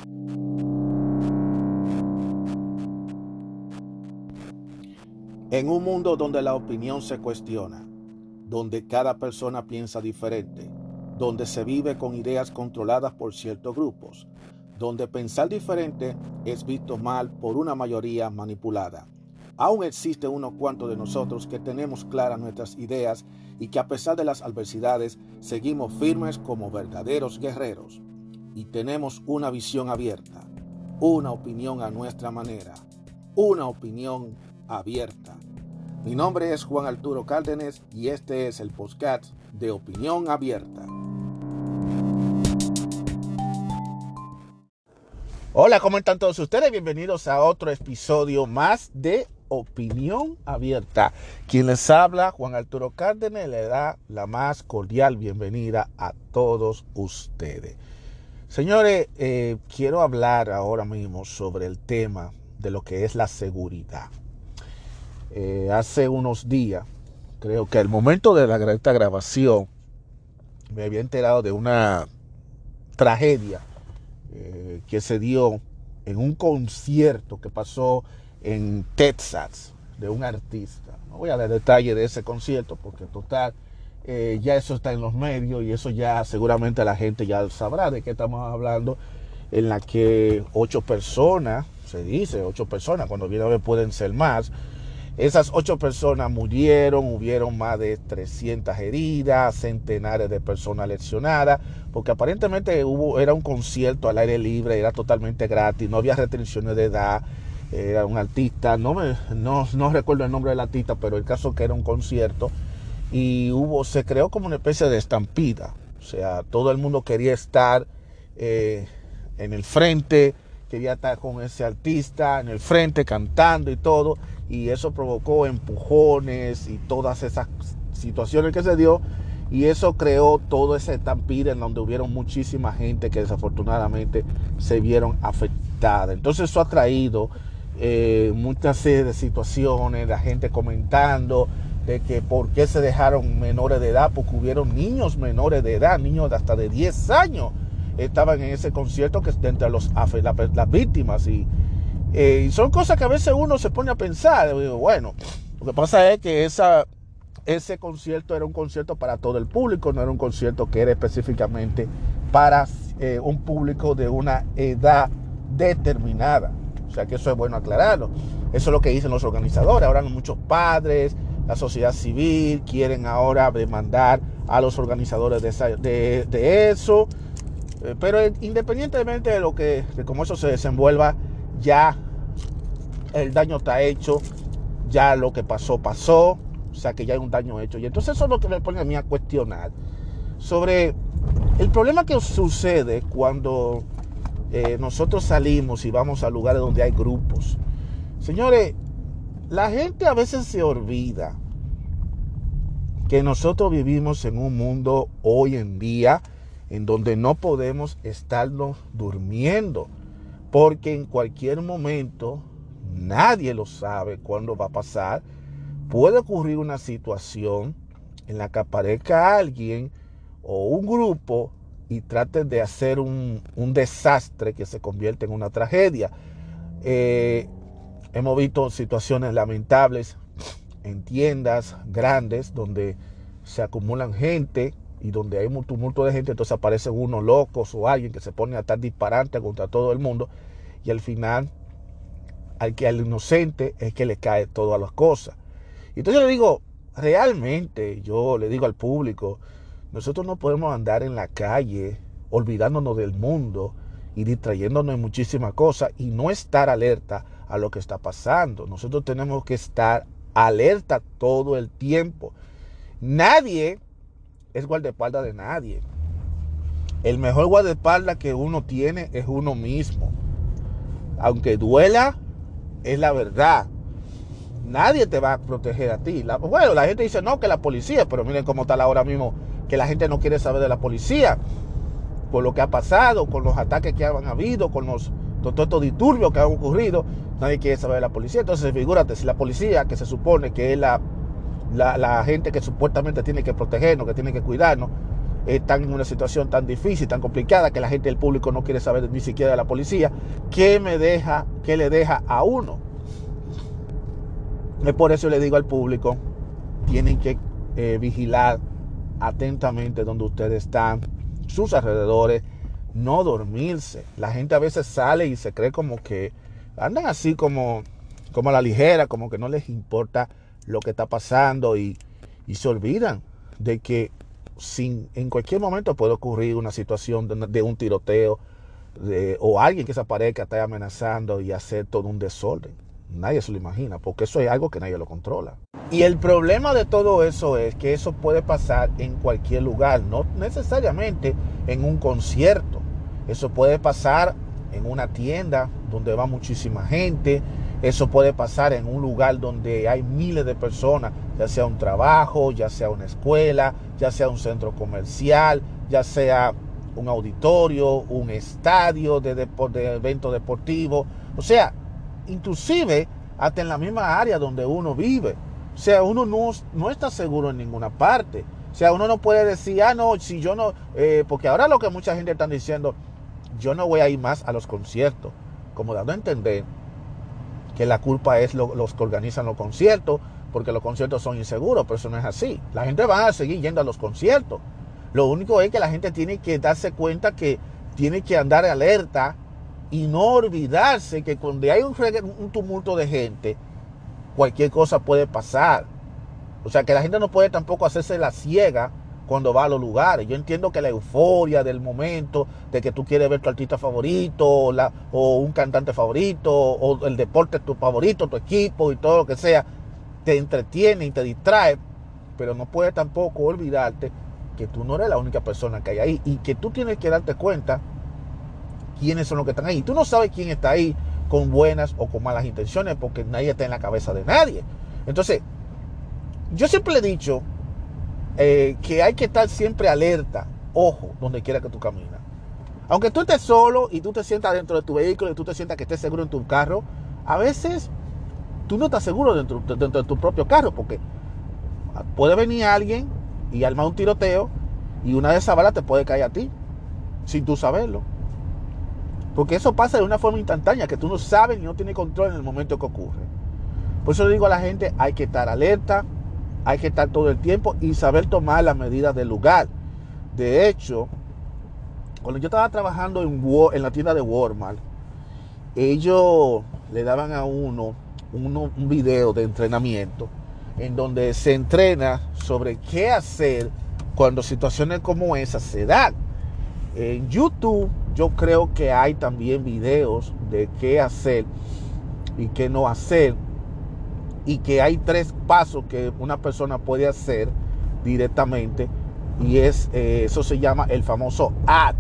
En un mundo donde la opinión se cuestiona, donde cada persona piensa diferente, donde se vive con ideas controladas por ciertos grupos, donde pensar diferente es visto mal por una mayoría manipulada. Aún existe unos cuantos de nosotros que tenemos claras nuestras ideas y que a pesar de las adversidades seguimos firmes como verdaderos guerreros. Y tenemos una visión abierta, una opinión a nuestra manera, una opinión abierta. Mi nombre es Juan Arturo Cárdenas y este es el podcast de Opinión Abierta. Hola, ¿cómo están todos ustedes? Bienvenidos a otro episodio más de Opinión Abierta. Quien les habla, Juan Arturo Cárdenas, le da la más cordial bienvenida a todos ustedes. Señores, quiero hablar ahora mismo sobre el tema de lo que es la seguridad. Hace unos días, creo que al momento de esta grabación, me había enterado de una tragedia que se dio en un concierto que pasó en Texas de un artista. No voy a dar detalle de ese concierto porque total, ya eso está en los medios y eso ya seguramente la gente ya sabrá de qué estamos hablando, en la que 8 personas, se dice 8 personas, cuando viene a ver pueden ser más. Esas 8 personas murieron, hubieron más de 300 heridas, centenares de personas lesionadas, porque aparentemente era un concierto al aire libre, era totalmente gratis, no había restricciones de edad, era un artista, no recuerdo el nombre del artista, pero el caso que era un concierto y se creó como una especie de estampida, o sea, todo el mundo quería estar en el frente, quería estar con ese artista en el frente cantando y todo, y eso provocó empujones y todas esas situaciones que se dio, y eso creó toda esa estampida en donde hubieron muchísima gente que desafortunadamente se vieron afectada. Entonces eso ha traído muchas series de situaciones, la gente comentando de que por qué se dejaron menores de edad, porque hubieron niños menores de edad, niños de hasta de 10 años, estaban en ese concierto, que entre las víctimas, y son cosas que a veces uno se pone a pensar. Bueno, lo que pasa es que ese concierto era un concierto para todo el público, no era un concierto que era específicamente para un público de una edad determinada. O sea que eso es bueno aclararlo. Eso es lo que dicen los organizadores. Ahora muchos padres, la sociedad civil quieren ahora demandar a los organizadores de eso. Pero independientemente de cómo eso se desenvuelva, ya el daño está hecho, ya lo que pasó, o sea que ya hay un daño hecho. Y entonces eso es lo que me pone a mí a cuestionar sobre el problema que sucede cuando nosotros salimos y vamos a lugares donde hay grupos. Señores, la gente a veces se olvida que nosotros vivimos en un mundo hoy en día en donde no podemos estarnos durmiendo, porque en cualquier momento, nadie lo sabe cuándo va a pasar, puede ocurrir una situación en la que aparezca alguien o un grupo y traten de hacer un desastre que se convierte en una tragedia. Hemos visto situaciones lamentables en tiendas grandes donde se acumulan gente y donde hay un tumulto de gente, entonces aparecen unos locos o alguien que se pone a estar disparando contra todo el mundo, y al final al inocente es que le cae todas las cosas. Entonces yo le digo, realmente yo le digo al público, nosotros no podemos andar en la calle olvidándonos del mundo y distrayéndonos en muchísimas cosas y no estar alerta a lo que está pasando. Nosotros tenemos que estar alerta todo el tiempo. Nadie es guardaespaldas de nadie. El mejor guardaespaldas que uno tiene es uno mismo. Aunque duela, es la verdad. Nadie te va a proteger a ti. La gente dice no, que la policía, pero miren cómo está ahora mismo, que la gente no quiere saber de la policía, por lo que ha pasado, con los ataques que han habido, con todos estos disturbios que han ocurrido, nadie quiere saber de la policía. Entonces figúrate, si la policía, que se supone que es la gente que supuestamente tiene que protegernos, que tiene que cuidarnos, están en una situación tan difícil, tan complicada, que la gente del público no quiere saber ni siquiera de la policía, ¿qué le deja a uno? Es por eso le digo al público, tienen que vigilar atentamente donde ustedes están, sus alrededores, no dormirse. La gente a veces sale y se cree como que andan así como a la ligera, como que no les importa lo que está pasando y se olvidan de que en cualquier momento puede ocurrir una situación de un tiroteo o alguien que se aparezca, esté amenazando y hacer todo un desorden. Nadie se lo imagina, porque eso es algo que nadie lo controla. Y el problema de todo eso es que eso puede pasar en cualquier lugar, no necesariamente en un concierto. Eso puede pasar en una tienda donde va muchísima gente. Eso puede pasar en un lugar donde hay miles de personas, ya sea un trabajo, ya sea una escuela, ya sea un centro comercial, ya sea un auditorio, un estadio de evento deportivo. O sea, inclusive hasta en la misma área donde uno vive. O sea, uno no está seguro en ninguna parte. O sea, uno no puede decir, no, si yo no, porque ahora lo que mucha gente está diciendo, yo no voy a ir más a los conciertos, como dando a entender que la culpa es los que organizan los conciertos, porque los conciertos son inseguros, pero eso no es así. La gente va a seguir yendo a los conciertos. Lo único es que la gente tiene que darse cuenta que tiene que andar alerta y no olvidarse que cuando hay un tumulto de gente, cualquier cosa puede pasar. O sea, que la gente no puede tampoco hacerse la ciega cuando va a los lugares. Yo entiendo que la euforia del momento, de que tú quieres ver tu artista favorito, o un cantante favorito, o el deporte tu favorito, tu equipo y todo lo que sea, te entretiene y te distrae, pero no puedes tampoco olvidarte que tú no eres la única persona que hay ahí y que tú tienes que darte cuenta quiénes son los que están ahí. Tú no sabes quién está ahí con buenas o con malas intenciones, porque nadie está en la cabeza de nadie. Entonces, yo siempre le he dicho que hay que estar siempre alerta, ojo, donde quiera que tú caminas. Aunque tú estés solo y tú te sientas dentro de tu vehículo y tú te sientas que estés seguro en tu carro, a veces tú no estás seguro dentro de tu propio carro, porque puede venir alguien y armar un tiroteo y una de esas balas te puede caer a ti sin tú saberlo. Porque eso pasa de una forma instantánea, que tú no sabes y no tienes control en el momento que ocurre. Por eso le digo a la gente, hay que estar alerta, hay que estar todo el tiempo y saber tomar las medidas del lugar. De hecho, cuando yo estaba trabajando en la tienda de Walmart, ellos le daban a uno un video de entrenamiento en donde se entrena sobre qué hacer cuando situaciones como esas se dan. En YouTube yo creo que hay también videos de qué hacer y qué no hacer, y que hay 3 pasos que una persona puede hacer directamente, y eso se llama el famoso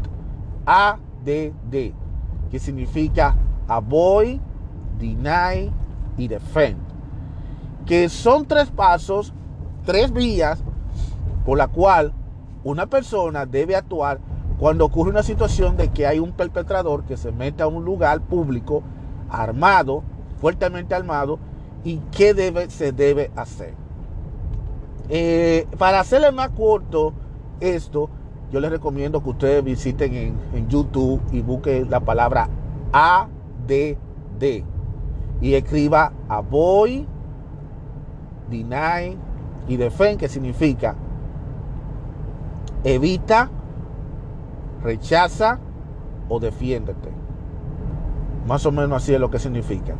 ADD, que significa Avoid, Deny y Defend, que son 3 pasos, 3 vías por la cual una persona debe actuar cuando ocurre una situación de que hay un perpetrador que se mete a un lugar público armado, fuertemente armado, y qué se debe hacer. Para hacerle más corto esto, yo les recomiendo que ustedes visiten en YouTube y busquen la palabra ADD y escriba Avoid, Deny y Defend, que significa evita, rechaza o defiéndete. Más o menos así es lo que significa.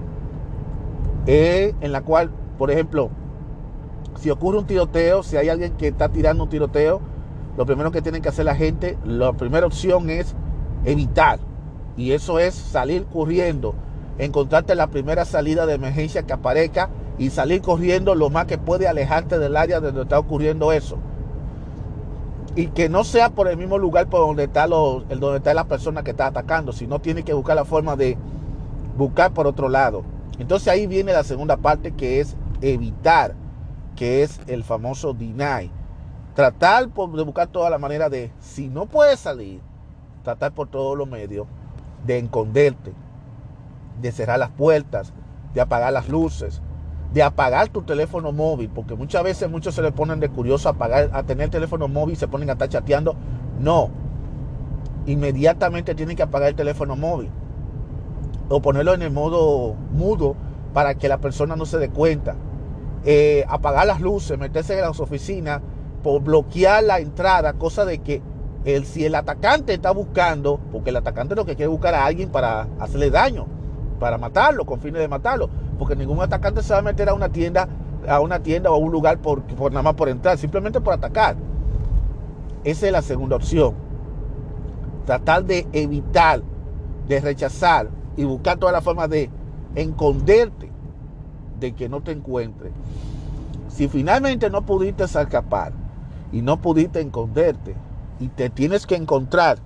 En la cual, por ejemplo, si ocurre un tiroteo, si hay alguien que está tirando un tiroteo, lo primero que tienen que hacer la gente, la primera opción es evitar. Y eso es salir corriendo, encontrarte la primera salida de emergencia que aparezca y salir corriendo lo más que puede, alejarte del área donde está ocurriendo eso. Y que no sea por el mismo lugar por donde está la persona que está atacando, sino tiene que buscar la forma de buscar por otro lado. Entonces ahí viene la segunda parte, que es evitar, que es el famoso deny. Tratar de buscar toda la manera de, si no puedes salir, tratar por todos los medios de esconderte, de cerrar las puertas, de apagar las luces, de apagar tu teléfono móvil, porque muchas veces muchos se le ponen de curioso a tener teléfono móvil y se ponen a estar chateando. No, inmediatamente tienen que apagar el teléfono móvil o ponerlo en el modo mudo para que la persona no se dé cuenta. Apagar las luces, meterse en las oficinas, por bloquear la entrada, cosa de que si el atacante está buscando, porque el atacante lo que quiere buscar a alguien para hacerle daño, para matarlo, con fines de matarlo, porque ningún atacante se va a meter a una tienda o a un lugar por nada más por entrar, simplemente por atacar. Esa es la segunda opción. Tratar de evitar, de rechazar y buscar todas las formas de esconderte, de que no te encuentre. Si finalmente no pudiste escapar y no pudiste esconderte y te tienes que encontrar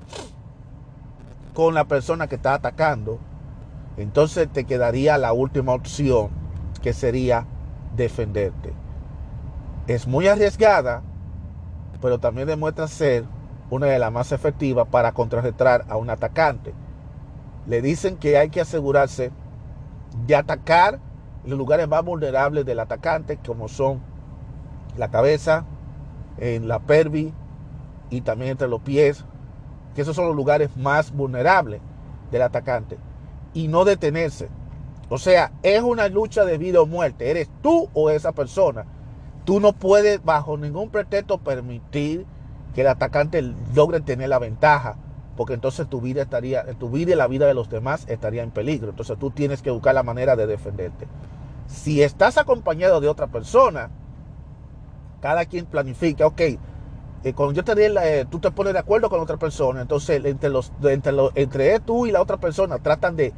con la persona que está atacando, entonces te quedaría la última opción, que sería defenderte. Es muy arriesgada, pero también demuestra ser una de las más efectivas para contrarrestar a un atacante. Le dicen que hay que asegurarse de atacar los lugares más vulnerables del atacante, como son la cabeza, en la pelvis y también entre los pies, que esos son los lugares más vulnerables del atacante, y no detenerse. O sea, es una lucha de vida o muerte. Eres tú o esa persona. Tú no puedes bajo ningún pretexto permitir que el atacante logre tener la ventaja, porque entonces tu vida y la vida de los demás estaría en peligro. Entonces tú tienes que buscar la manera de defenderte. Si estás acompañado de otra persona, cada quien planifica, ok, cuando yo te diga, tú te pones de acuerdo con otra persona, entonces entre tú y la otra persona tratan de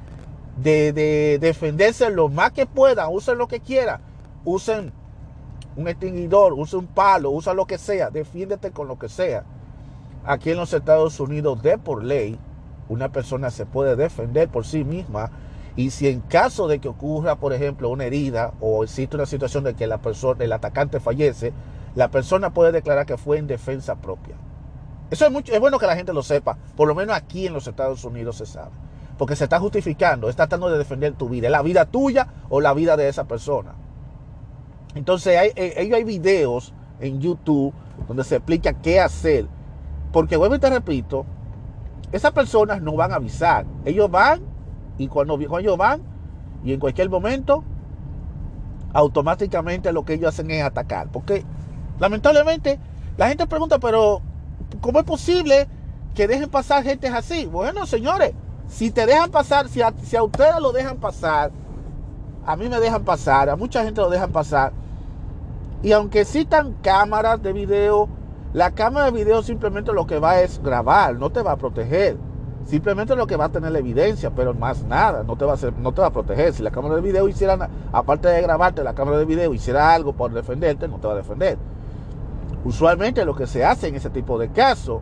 defenderse lo más que puedan, usen lo que quieran, usen un extinguidor, usen un palo, usa lo que sea, defiéndete con lo que sea. Aquí en los Estados Unidos, de por ley, una persona se puede defender por sí misma, y si en caso de que ocurra, por ejemplo, una herida o existe una situación de que el atacante fallece, la persona puede declarar que fue en defensa propia. Eso es bueno que la gente lo sepa, por lo menos aquí en los Estados Unidos se sabe, porque se está justificando, está tratando de defender tu vida, la vida tuya o la vida de esa persona. Entonces hay videos en YouTube donde se explica qué hacer, porque vuelvo y te repito, esas personas no van a avisar, ellos van, y cuando ellos van y en cualquier momento automáticamente lo que ellos hacen es atacar, porque lamentablemente la gente pregunta, pero ¿cómo es posible que dejen pasar gente así? Bueno, señores, si te dejan pasar, si a ustedes lo dejan pasar, a mí me dejan pasar, a mucha gente lo dejan pasar, y aunque existan cámaras de video, la cámara de video simplemente lo que va es grabar, no te va a proteger. Simplemente lo que va a tener la evidencia, pero más nada, no te va a proteger. Si la cámara de video hiciera, aparte de grabarte, la cámara de video hiciera algo por defenderte, no te va a defender. Usualmente lo que se hace en ese tipo de casos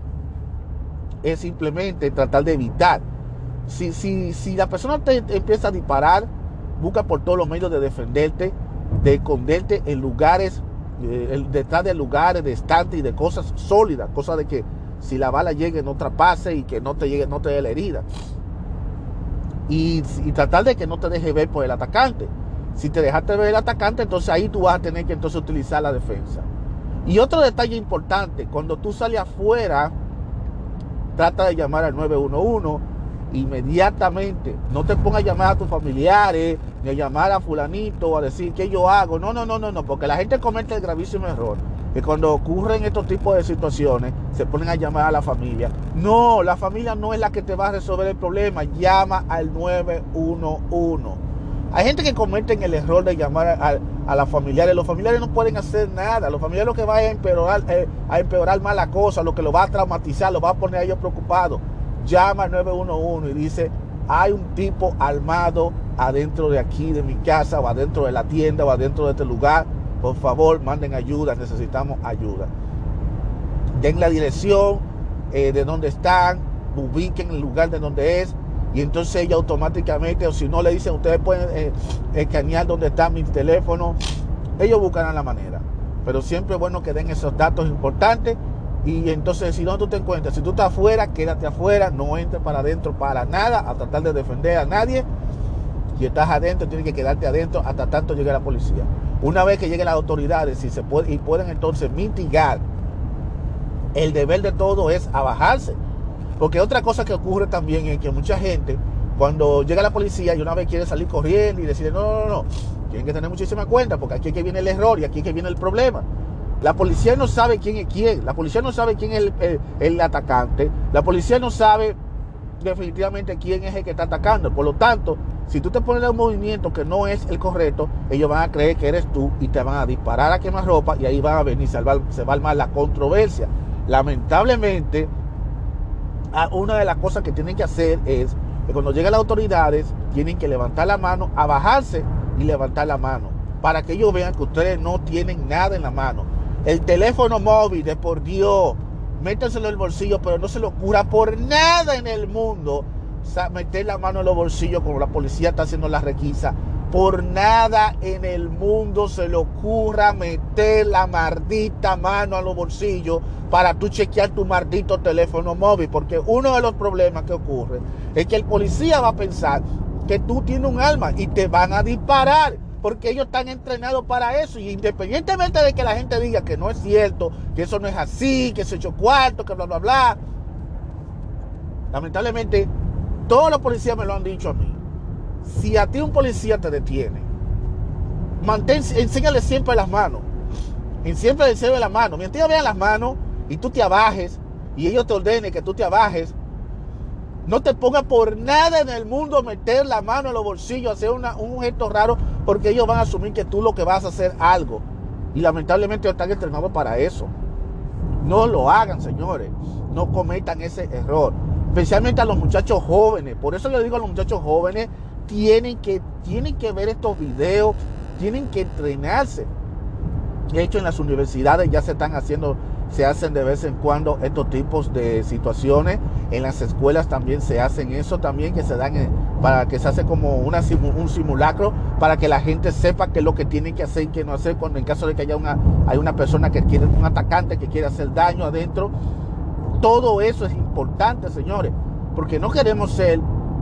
es simplemente tratar de evitar. Si la persona te empieza a disparar, busca por todos los medios de defenderte, de esconderte en lugares, detrás de lugares, de estantes y de cosas sólidas, cosas de que si la bala llegue no traspase y que no te dé la herida, y tratar de que no te deje ver por el atacante. Si te dejaste ver el atacante, entonces ahí tú vas a tener que entonces utilizar la defensa. Y otro detalle importante, cuando tú sales afuera, trata de llamar al 911 inmediatamente. No te pongas a llamar a tus familiares ni a llamar a fulanito a decir qué yo hago. No, porque la gente comete el gravísimo error que cuando ocurren estos tipos de situaciones se ponen a llamar a la familia. No, la familia no es la que te va a resolver el problema. Llama al 911. Hay gente que cometen el error de llamar a los familiares. Los familiares no pueden hacer nada. Los familiares lo que van a empeorar más la cosa, lo que lo va a traumatizar, lo va a poner a ellos preocupados. Llama al 911 y dice, hay un tipo armado adentro de aquí, de mi casa, o adentro de la tienda, o adentro de este lugar. Por favor, manden ayuda, necesitamos ayuda. Den la dirección de dónde están, ubiquen el lugar de donde es, y entonces ellos automáticamente, o si no le dicen, ustedes pueden escanear dónde está mi teléfono, ellos buscarán la manera. Pero siempre es bueno que den esos datos importantes, y entonces si no tú te encuentras, si tú estás afuera, quédate afuera, no entres para adentro para nada, a tratar de defender a nadie. y estás adentro, tienes que quedarte adentro hasta tanto llegue la policía. Una vez que lleguen las autoridades y pueden entonces mitigar, el deber de todo es abajarse. Porque otra cosa que ocurre también es que mucha gente, cuando llega la policía y una vez quiere salir corriendo y decir no, tienen que tener muchísima cuenta, porque aquí es que viene el error y aquí es que viene el problema. La policía no sabe quién es quién, la policía no sabe quién es el atacante, la policía no sabe definitivamente quién es el que está atacando. Por lo tanto, si tú te pones en un movimiento que no es el correcto, ellos van a creer que eres tú y te van a disparar a quemarropa y ahí van a venir, se va a armar la controversia. Lamentablemente, una de las cosas que tienen que hacer es que cuando lleguen las autoridades, tienen que levantar la mano, abajarse y levantar la mano, para que ellos vean que ustedes no tienen nada en la mano. El teléfono móvil, de por Dios, métanselo en el bolsillo, pero no se le ocurra por nada en el mundo meter la mano en los bolsillos como la policía está haciendo la requisa. Por nada en el mundo se le ocurra meter la maldita mano a los bolsillos para tú chequear tu maldito teléfono móvil, porque uno de los problemas que ocurre es que el policía va a pensar que tú tienes un arma y te van a disparar, porque ellos están entrenados para eso. Y independientemente de que la gente diga que no es cierto, que eso no es así, que se echó cuarto, que bla, bla, bla, lamentablemente todos los policías me lo han dicho a mí. Si a ti un policía te detiene, enséñale siempre las manos. Siempre enséñale las manos. Mientras ellos vean las manos y tú te abajes y ellos te ordenen que tú te abajes, no te pongas por nada en el mundo meter la mano en los bolsillos, hacer un gesto raro, porque ellos van a asumir que tú lo que vas a hacer algo. Y lamentablemente ellos están entrenados para eso. No lo hagan, señores. No cometan ese error. Especialmente a los muchachos jóvenes. Por eso le digo a los muchachos jóvenes, tienen que ver estos videos, tienen que entrenarse. De hecho, en las universidades ya se hacen de vez en cuando estos tipos de situaciones. En las escuelas también se hacen eso también, que se hace como un simulacro para que la gente sepa qué es lo que tienen que hacer y qué no hacer cuando en caso de que hay una persona que quiere, un atacante que quiere hacer daño adentro. Todo eso es importante, señores, porque no queremos ser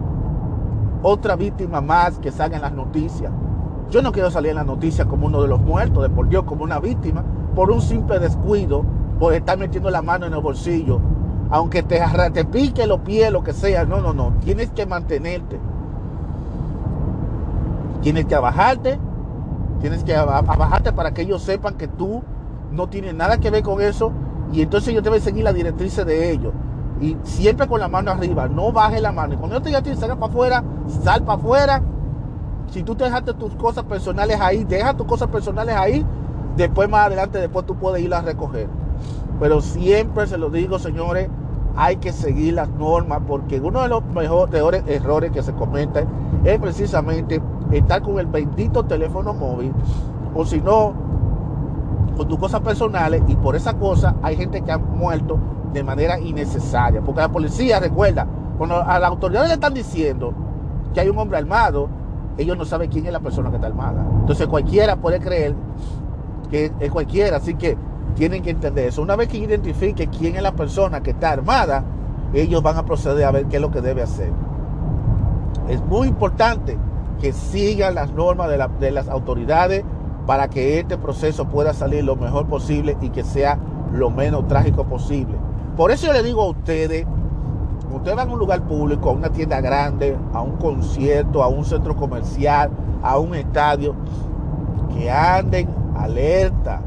otra víctima más que salga en las noticias. Yo no quiero salir en las noticias como uno de los muertos, de por Dios, como una víctima, por un simple descuido, por estar metiendo la mano en el bolsillo, aunque te pique los pies, lo que sea. No, tienes que mantenerte, tienes que abajarte, abajarte para que ellos sepan que tú no tienes nada que ver con eso, y entonces ellos deben seguir las directrices de ellos, y siempre con la mano arriba, no bajes la mano. Y cuando yo te diga a ti, salga para afuera, sal para afuera. Si tú te dejaste tus cosas personales ahí, deja tus cosas personales ahí, después más adelante, después tú puedes ir a recoger. Pero siempre se lo digo, señores, hay que seguir las normas, porque uno de los peores errores que se cometen es precisamente estar con el bendito teléfono móvil, o si no, con tus cosas personales, y por esa cosa hay gente que ha muerto de manera innecesaria. Porque la policía, recuerda, cuando a las autoridades le están diciendo que hay un hombre armado, ellos no saben quién es la persona que está armada. Entonces cualquiera puede creer que es cualquiera, así que tienen que entender eso. Una vez que identifique quién es la persona que está armada, ellos van a proceder a ver qué es lo que debe hacer. Es muy importante que sigan las normas de las autoridades para que este proceso pueda salir lo mejor posible y que sea lo menos trágico posible. Por eso yo le digo a ustedes, cuando ustedes van a un lugar público, a una tienda grande, a un concierto, a un centro comercial, a un estadio, que anden alerta,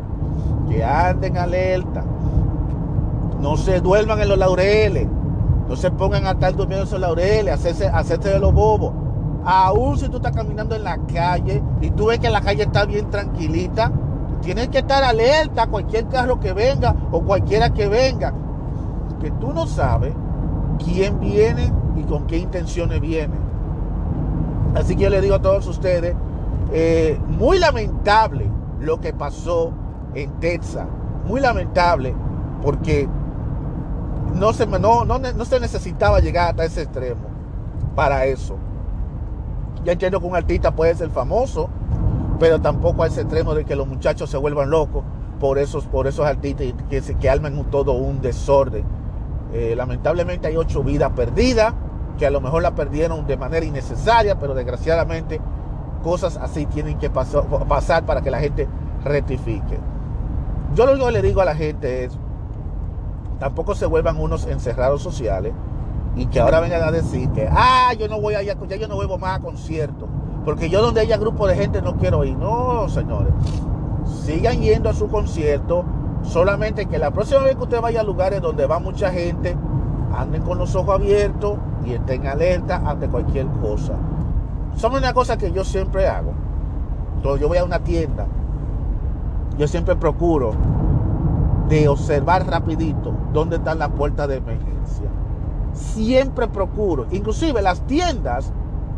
no se duerman en los laureles, no se pongan a estar durmiendo en esos laureles, hacerse de los bobos. Aún si tú estás caminando en la calle y tú ves que la calle está bien tranquilita, tienes que estar alerta a cualquier carro que venga o cualquiera que venga, porque tú no sabes quién viene y con qué intenciones viene. Así que yo le digo a todos ustedes, muy lamentable lo que pasó en Texas, muy lamentable, porque no se necesitaba llegar hasta ese extremo para eso. Yo entiendo que un artista puede ser famoso, pero tampoco a ese extremo de que los muchachos se vuelvan locos por esos artistas y que armen todo un desorden. Lamentablemente hay 8 vidas perdidas, que a lo mejor la perdieron de manera innecesaria, pero desgraciadamente cosas así tienen que pasar para que la gente rectifique. Yo lo único que le digo a la gente es, tampoco se vuelvan unos encerrados sociales y que ahora vengan a decir que yo no voy allá, ya yo no vuelvo más a conciertos, porque yo donde haya grupo de gente no quiero ir. No, señores, sigan yendo a su concierto, solamente que la próxima vez que usted vaya a lugares donde va mucha gente, anden con los ojos abiertos y estén alerta ante cualquier cosa. Son una cosa que yo siempre hago. Cuando yo voy a una tienda, yo siempre procuro de observar rapidito dónde están las puertas de emergencia. Siempre procuro. Inclusive las tiendas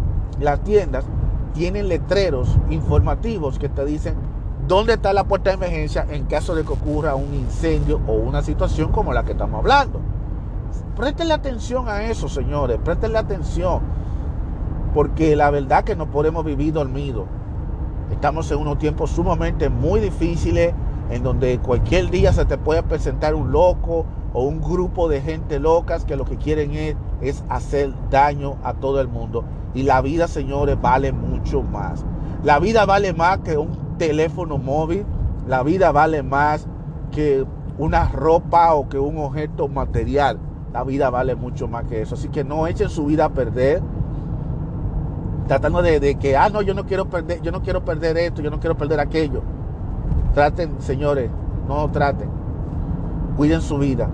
tienen letreros informativos que te dicen dónde está la puerta de emergencia en caso de que ocurra un incendio o una situación como la que estamos hablando. Préstenle atención a eso, señores. Préstenle atención. Porque la verdad que no podemos vivir dormidos. Estamos en unos tiempos sumamente muy difíciles, en donde cualquier día se te puede presentar un loco o un grupo de gente locas que lo que quieren es hacer daño a todo el mundo. Y la vida, señores, vale mucho más. La vida vale más que un teléfono móvil. La vida vale más que una ropa o que un objeto material. La vida vale mucho más que eso. Así que no echen su vida a perder tratando de que, no, yo no quiero perder esto, yo no quiero perder aquello. Traten, señores, no traten. Cuiden su vida.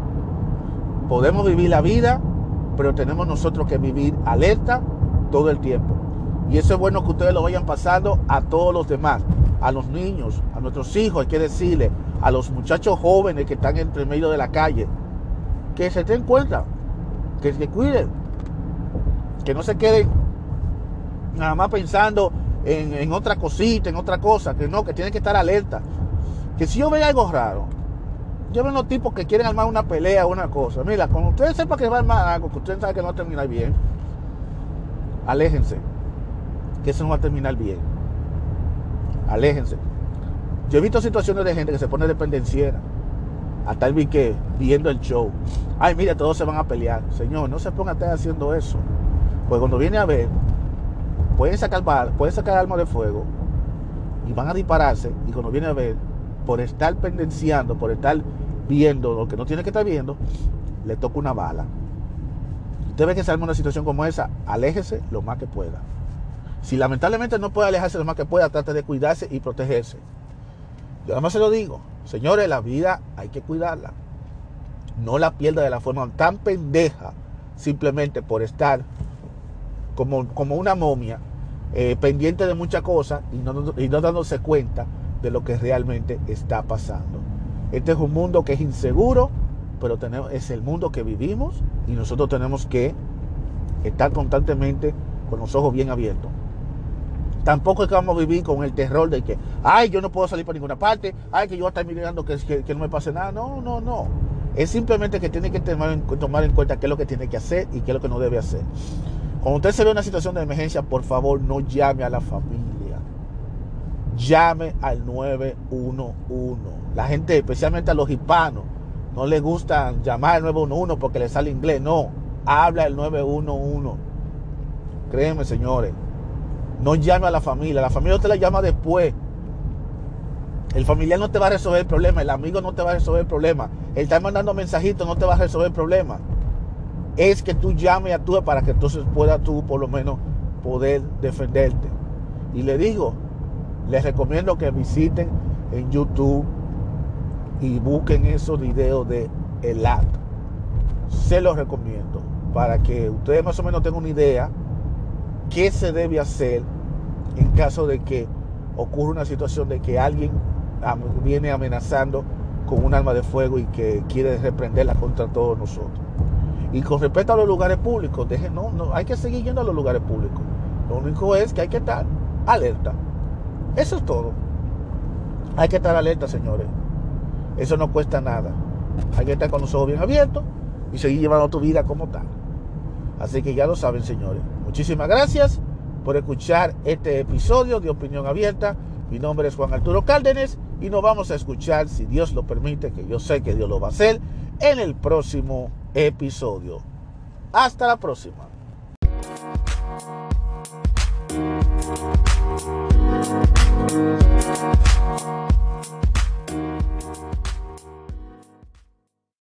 Podemos vivir la vida, pero tenemos nosotros que vivir alerta todo el tiempo. Y eso es bueno que ustedes lo vayan pasando a todos los demás, a los niños, a nuestros hijos, hay que decirle, a los muchachos jóvenes que están entre medio de la calle, que se den cuenta, que se cuiden, que no se queden nada más pensando en otra cosita, en otra cosa, que no, que tienen que estar alerta. Que si yo veo algo raro, yo veo unos tipos que quieren armar una pelea o una cosa, mira, cuando ustedes sepan que va a armar algo, que ustedes saben que no va a terminar bien, aléjense, que eso no va a terminar bien. Aléjense. Yo he visto situaciones de gente que se pone dependenciera, hasta el que viendo el show. Ay, mira, todos se van a pelear. Señor, no se ponga a estar haciendo eso. Pues cuando viene a ver, pueden sacar armas de fuego y van a dispararse, y cuando viene a ver, por estar pendenciando, por estar viendo lo que no tiene que estar viendo, le toca una bala. Usted ve que se arma una situación como esa, aléjese lo más que pueda. Si lamentablemente no puede alejarse lo más que pueda, trate de cuidarse y protegerse. Yo nada más se lo digo, señores, la vida hay que cuidarla. No la pierda de la forma tan pendeja, simplemente por estar como una momia, pendiente de muchas cosas y no dándose cuenta de lo que realmente está pasando. Este es un mundo que es inseguro, pero es el mundo que vivimos y nosotros tenemos que estar constantemente con los ojos bien abiertos. Tampoco es que vamos a vivir con el terror de que, yo no puedo salir por ninguna parte, que yo voy a estar mirando que no me pase nada. No. Es simplemente que tiene que tomar en cuenta qué es lo que tiene que hacer y qué es lo que no debe hacer. Cuando usted se ve en una situación de emergencia, por favor, no llame a la familia. Llame al 911. La gente, especialmente a los hispanos, no les gusta llamar al 911 porque les sale inglés. No, habla el 911. Créeme, señores. No llame a la familia usted la llama después. El familiar no te va a resolver el problema, el amigo no te va a resolver el problema, el estar mandando mensajitos no te va a resolver el problema. Es que tú llames y actúes para que entonces puedas tú por lo menos poder defenderte. Y les recomiendo que visiten en YouTube y busquen esos videos de ELAT. Se los recomiendo para que ustedes más o menos tengan una idea qué se debe hacer en caso de que ocurra una situación de que alguien viene amenazando con un arma de fuego y que quiere reprenderla contra todos nosotros. Y con respecto a los lugares públicos, no hay que seguir yendo a los lugares públicos. Lo único es que hay que estar alerta. Eso es todo. Hay que estar alerta, señores. Eso no cuesta nada. Hay que estar con los ojos bien abiertos y seguir llevando tu vida como tal. Así que ya lo saben, señores. Muchísimas gracias por escuchar este episodio de Opinión Abierta. Mi nombre es Juan Arturo Cárdenas y nos vamos a escuchar, si Dios lo permite, que yo sé que Dios lo va a hacer, en el próximo episodio. Hasta la próxima.